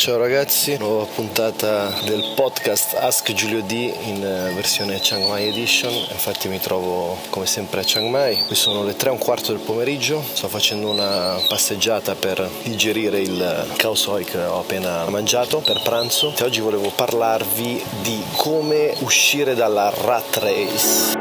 Ciao ragazzi, nuova puntata del podcast Ask Giulio D in versione Chiang Mai Edition. Infatti mi trovo come sempre a Chiang Mai. Qui sono le 3:15 del pomeriggio, sto facendo una passeggiata per digerire il khao soi che ho appena mangiato per pranzo. E oggi volevo parlarvi di come uscire dalla rat race.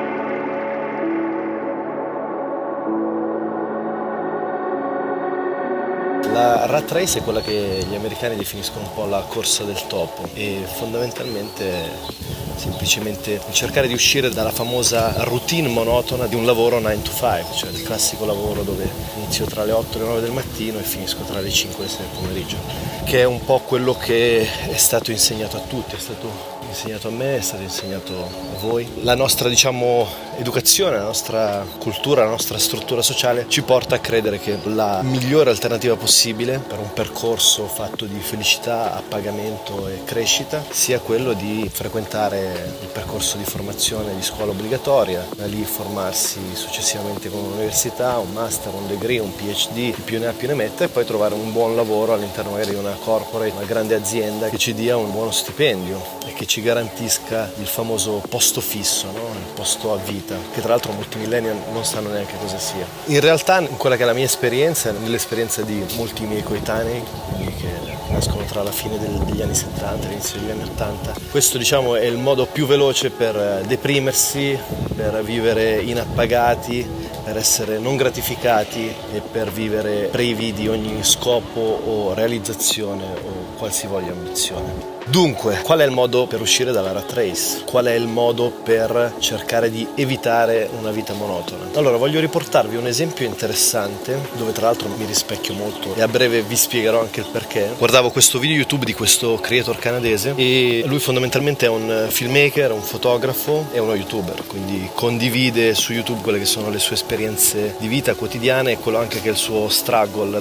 La rat race è quella che gli americani definiscono un po' la corsa del topo e fondamentalmente semplicemente cercare di uscire dalla famosa routine monotona di un lavoro 9 to 5, cioè il classico lavoro dove inizio tra le 8 e le 9 del mattino e finisco tra le 5 e le 6 del pomeriggio, che è un po' quello che è stato insegnato a tutti, è stato insegnato a me, è stato insegnato a voi. La nostra, educazione, la nostra cultura, la nostra struttura sociale ci porta a credere che la migliore alternativa possibile per un percorso fatto di felicità, appagamento e crescita sia quello di frequentare il percorso di formazione di scuola obbligatoria, da lì formarsi successivamente con un'università, un master, un degree, un PhD, più ne ha più ne metta, e poi trovare un buon lavoro all'interno magari di una corporate, una grande azienda che ci dia un buono stipendio e che ci garantisca il famoso posto fisso, no? Il posto a vita, che tra l'altro molti millennial non sanno neanche cosa sia. In realtà, in quella che è la mia esperienza, nell'esperienza di molti miei coetanei, quelli che nascono tra la fine degli anni 70 e l'inizio degli anni 80, questo è il modo più veloce per deprimersi, per vivere inappagati, per essere non gratificati e per vivere privi di ogni scopo o realizzazione o qualsivoglia ambizione. Dunque, qual è il modo per uscire dalla rat race? Qual è il modo per cercare di evitare una vita monotona? Allora, voglio riportarvi un esempio interessante, dove tra l'altro mi rispecchio molto e a breve vi spiegherò anche il perché. Guardavo questo video YouTube di questo creator canadese e lui fondamentalmente è un filmmaker, un fotografo e uno youtuber, quindi condivide su YouTube quelle che sono le sue esperienze di vita quotidiane e quello anche che è il suo struggle,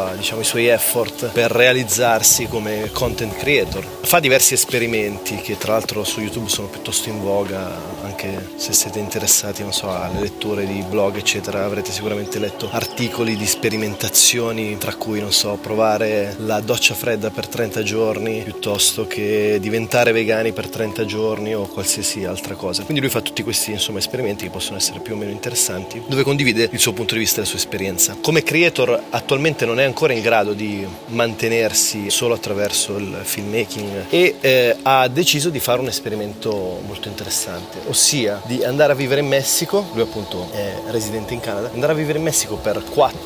i suoi effort per realizzarsi come content creator. Fa diversi esperimenti che tra l'altro su YouTube sono piuttosto in voga, anche se siete interessati, alle letture di blog eccetera, avrete sicuramente letto articoli di sperimentazioni, tra cui provare la doccia fredda per 30 giorni piuttosto che diventare vegani per 30 giorni o qualsiasi altra cosa. Quindi lui fa tutti questi esperimenti che possono essere più o meno interessanti, dove condivide il suo punto di vista e la sua esperienza. Come creator attualmente non è ancora in grado di mantenersi solo attraverso il filmmaking e ha deciso di fare un esperimento molto interessante, ossia di andare a vivere in Messico. Lui appunto è residente in Canada, andare a vivere in Messico per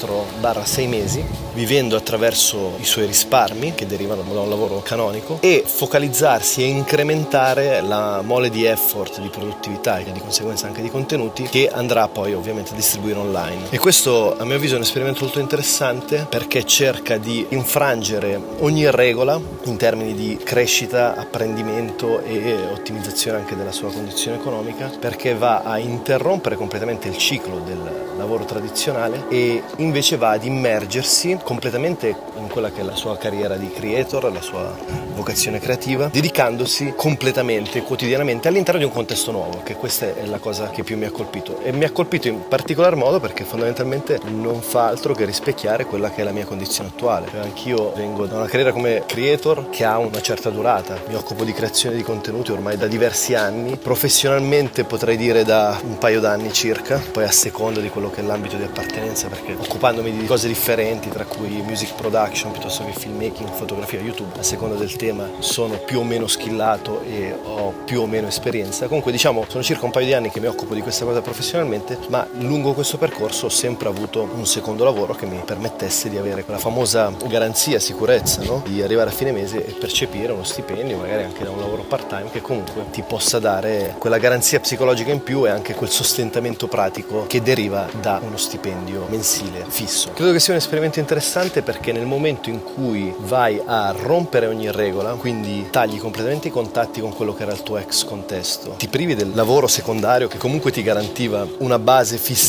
4-6 mesi, vivendo attraverso i suoi risparmi che derivano da un lavoro canonico, e focalizzarsi e incrementare la mole di effort, di produttività e di conseguenza anche di contenuti che andrà poi ovviamente a distribuire online. E questo a mio avviso è un esperimento molto interessante perché cerca di infrangere ogni regola in termini di crescita, apprendimento e ottimizzazione anche della sua condizione economica, perché va a interrompere completamente il ciclo del lavoro tradizionale e invece va ad immergersi completamente in quella che è la sua carriera di creator, la sua vocazione creativa, dedicandosi completamente, quotidianamente all'interno di un contesto nuovo, che questa è la cosa che più mi ha colpito, e mi ha colpito in particolar modo perché fondamentalmente non fa altro che rispecchiare quella che è la mia condizione attuale. Cioè, anch'io vengo da una carriera come creator che ha una certa durata, mi occupo di creazione di contenuti ormai da diversi anni, professionalmente potrei dire da un paio d'anni circa, poi a seconda di quello che è l'ambito di appartenenza, perché occupandomi di cose differenti, tra cui music production piuttosto che filmmaking, fotografia, YouTube, a seconda del tema sono più o meno skillato e ho più o meno esperienza. Comunque sono circa un paio di anni che mi occupo di questa cosa professionalmente, ma lungo questo percorso ho sempre avuto un secondo lavoro che mi permettesse di avere quella famosa garanzia, sicurezza, no? Di arrivare a fine mese e percepire uno stipendio, magari anche da un lavoro part time, che comunque ti possa dare quella garanzia psicologica in più e anche quel sostentamento pratico che deriva da uno stipendio mensile fisso. Credo che sia un esperimento interessante perché nel momento in cui vai a rompere ogni regola, quindi tagli completamente i contatti con quello che era il tuo ex contesto, ti privi del lavoro secondario che comunque ti garantiva una base fissa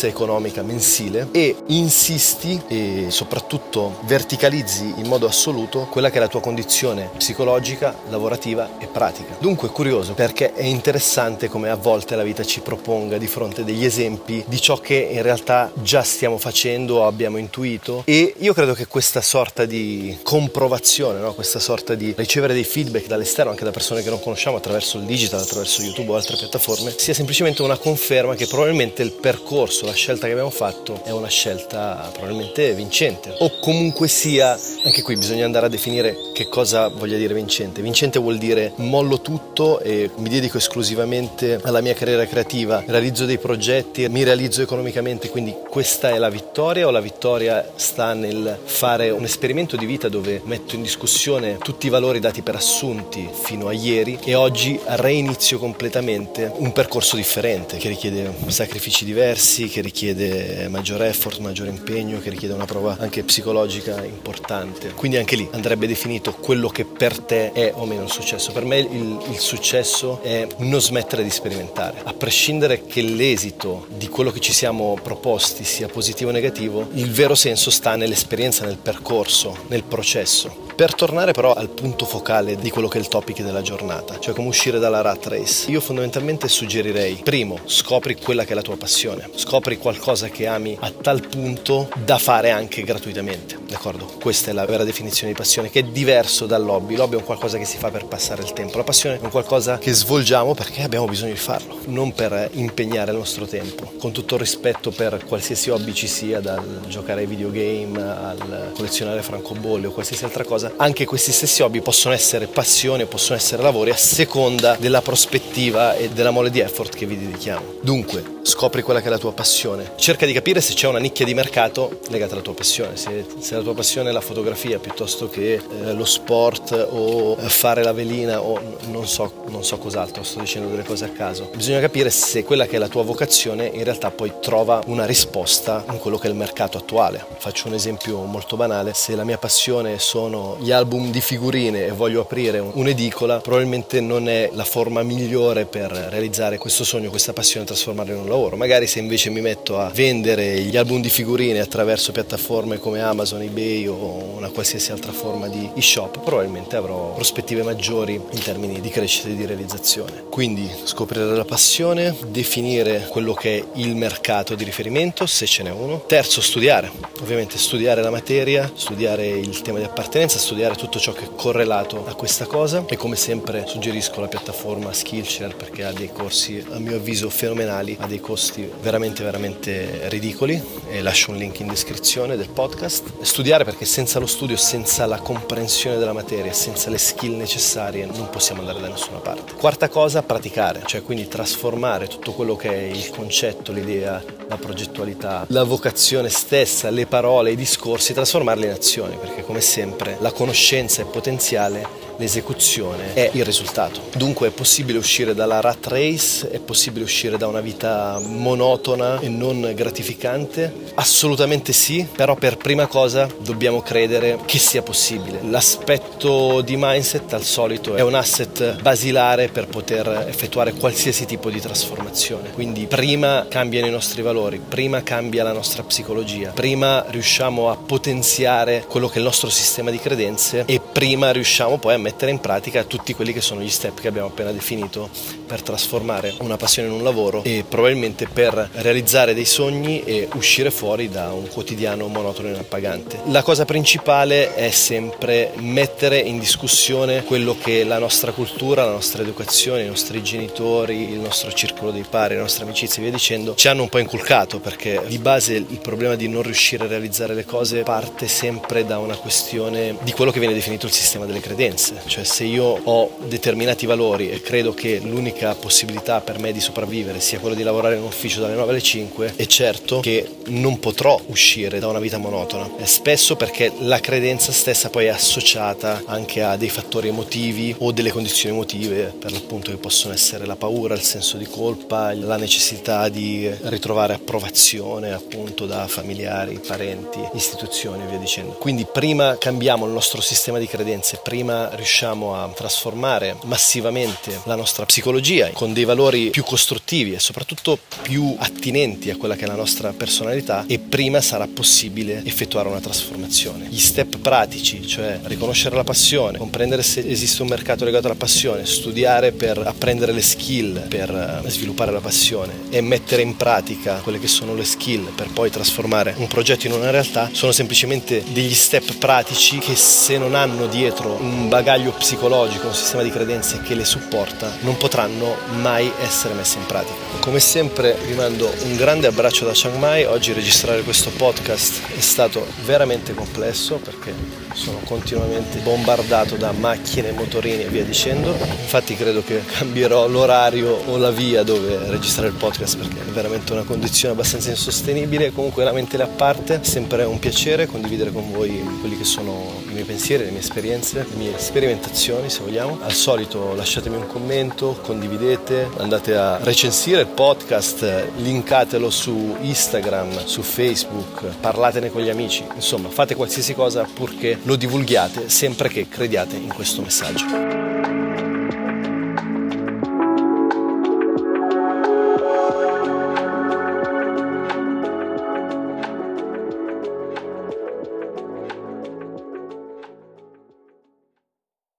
indipendenza economica mensile e insisti e soprattutto verticalizzi in modo assoluto quella che è la tua condizione psicologica, lavorativa e pratica. Dunque è curioso perché è interessante come a volte la vita ci proponga di fronte degli esempi di ciò che in realtà già stiamo facendo o abbiamo intuito, e io credo che questa sorta di comprovazione, no? Questa sorta di ricevere dei feedback dall'esterno, anche da persone che non conosciamo, attraverso il digital, attraverso YouTube o altre piattaforme, sia semplicemente una conferma che probabilmente il percorso, la scelta che abbiamo fatto è una scelta probabilmente vincente, o comunque sia, anche qui bisogna andare a definire che cosa voglia dire vincente. Vincente vuol dire mollo tutto e mi dedico esclusivamente alla mia carriera creativa, realizzo dei progetti, mi realizzo economicamente, quindi questa è la vittoria, o la vittoria sta nel fare un esperimento di vita dove metto in discussione tutti i valori dati per assunti fino a ieri e oggi reinizio completamente un percorso differente che richiede sacrifici diversi, che richiede maggior effort, maggior impegno, che richiede una prova anche psicologica importante. Quindi anche lì andrebbe definito quello che per te è o meno il successo. Per me il successo è non smettere di sperimentare, a prescindere che l'esito di quello che ci siamo proposti sia positivo o negativo. Il vero senso sta nell'esperienza, nel percorso, nel processo. Per tornare però al punto focale di quello che è il topic della giornata, cioè come uscire dalla rat race, io fondamentalmente suggerirei: primo, scopri quella che è la tua passione, scopri qualcosa che ami a tal punto da fare anche gratuitamente, d'accordo? Questa è la vera definizione di passione, che è diverso dall'hobby. L'hobby è un qualcosa che si fa per passare il tempo, la passione è un qualcosa che svolgiamo perché abbiamo bisogno di farlo, non per impegnare il nostro tempo. Con tutto il rispetto per qualsiasi hobby ci sia, dal giocare ai videogame al collezionare francobolli o qualsiasi altra cosa, anche questi stessi hobby possono essere passioni, possono essere lavori a seconda della prospettiva e della mole di effort che vi dedichiamo. Dunque, scopri quella che è la tua passione, cerca di capire se c'è una nicchia di mercato legata alla tua passione, se la tua passione è la fotografia piuttosto che lo sport o fare la velina o non so cos'altro, sto dicendo delle cose a caso. Bisogna capire se quella che è la tua vocazione in realtà poi trova una risposta in quello che è il mercato attuale. Faccio un esempio molto banale: se la mia passione sono gli album di figurine e voglio aprire un'edicola, probabilmente non è la forma migliore per realizzare questo sogno, questa passione, trasformarla in un lavoro. Magari se invece mi metto a vendere gli album di figurine attraverso piattaforme come Amazon, eBay o una qualsiasi altra forma di e-shop, probabilmente avrò prospettive maggiori in termini di crescita e di realizzazione. Quindi scoprire la passione, definire quello che è il mercato di riferimento, se ce n'è uno. Terzo, studiare, ovviamente studiare la materia, studiare il tema di appartenenza, studiare tutto ciò che è correlato a questa cosa, e come sempre suggerisco la piattaforma Skillshare perché ha dei corsi a mio avviso fenomenali, ha dei costi veramente ridicoli, e lascio un link in descrizione del podcast. Studiare perché senza lo studio, senza la comprensione della materia, senza le skill necessarie non possiamo andare da nessuna parte. Quarta cosa, praticare, cioè quindi trasformare tutto quello che è il concetto, l'idea, la progettualità, la vocazione stessa, le parole, i discorsi, trasformarli in azioni, perché come sempre la conoscenza è potenziale, l'esecuzione è il risultato. Dunque è possibile uscire dalla rat race, è possibile uscire da una vita monotona e non gratificante? Assolutamente sì, però per prima cosa dobbiamo credere che sia possibile. L'aspetto di mindset al solito è un asset basilare per poter effettuare qualsiasi tipo di trasformazione. Quindi prima cambiano i nostri valori, prima cambia la nostra psicologia, prima riusciamo a potenziare quello che è il nostro sistema di credenze e prima riusciamo poi a mettere in pratica tutti quelli che sono gli step che abbiamo appena definito per trasformare una passione in un lavoro e probabilmente per realizzare dei sogni e uscire fuori da un quotidiano monotono e inappagante. La cosa principale è sempre mettere in discussione quello che la nostra cultura, la nostra educazione, i nostri genitori, il nostro circolo dei pari, le nostre amicizie e via dicendo ci hanno un po' inculcato, perché di base il problema di non riuscire a realizzare le cose parte sempre da una questione di quello che viene definito il sistema delle credenze. Cioè, se io ho determinati valori e credo che l'unica possibilità per me di sopravvivere sia quello di lavorare in un ufficio dalle 9 alle 5, è certo che non potrò uscire da una vita monotona, e spesso perché la credenza stessa poi è associata anche a dei fattori emotivi o delle condizioni emotive, per l'appunto, che possono essere la paura, il senso di colpa, la necessità di ritrovare approvazione appunto da familiari, parenti, istituzioni e via dicendo. Quindi prima cambiamo il nostro sistema di credenze, prima riusciamo riusciamo a trasformare massivamente la nostra psicologia con dei valori più costruttivi e soprattutto più attinenti a quella che è la nostra personalità, e prima sarà possibile effettuare una trasformazione. Gli step pratici, cioè riconoscere la passione, comprendere se esiste un mercato legato alla passione, studiare per apprendere le skill per sviluppare la passione e mettere in pratica quelle che sono le skill per poi trasformare un progetto in una realtà, sono semplicemente degli step pratici che, se non hanno dietro un bagaglio psicologico, un sistema di credenze che le supporta, non potranno mai essere messe in pratica. Come sempre vi mando un grande abbraccio da Chiang Mai. Oggi registrare questo podcast è stato veramente complesso perché sono continuamente bombardato da macchine, motorini e via dicendo. Infatti credo che cambierò l'orario o la via dove registrare il podcast perché è veramente una condizione abbastanza insostenibile. Comunque, lamentele a parte, è sempre un piacere condividere con voi quelli che sono i miei pensieri, le mie esperienze, le mie sperimentazioni, se vogliamo. Al solito lasciatemi un commento, condividete, andate a recensire il podcast, linkatelo su Instagram, su Facebook, parlatene con gli amici, insomma fate qualsiasi cosa purché lo divulghiate, sempre che crediate in questo messaggio.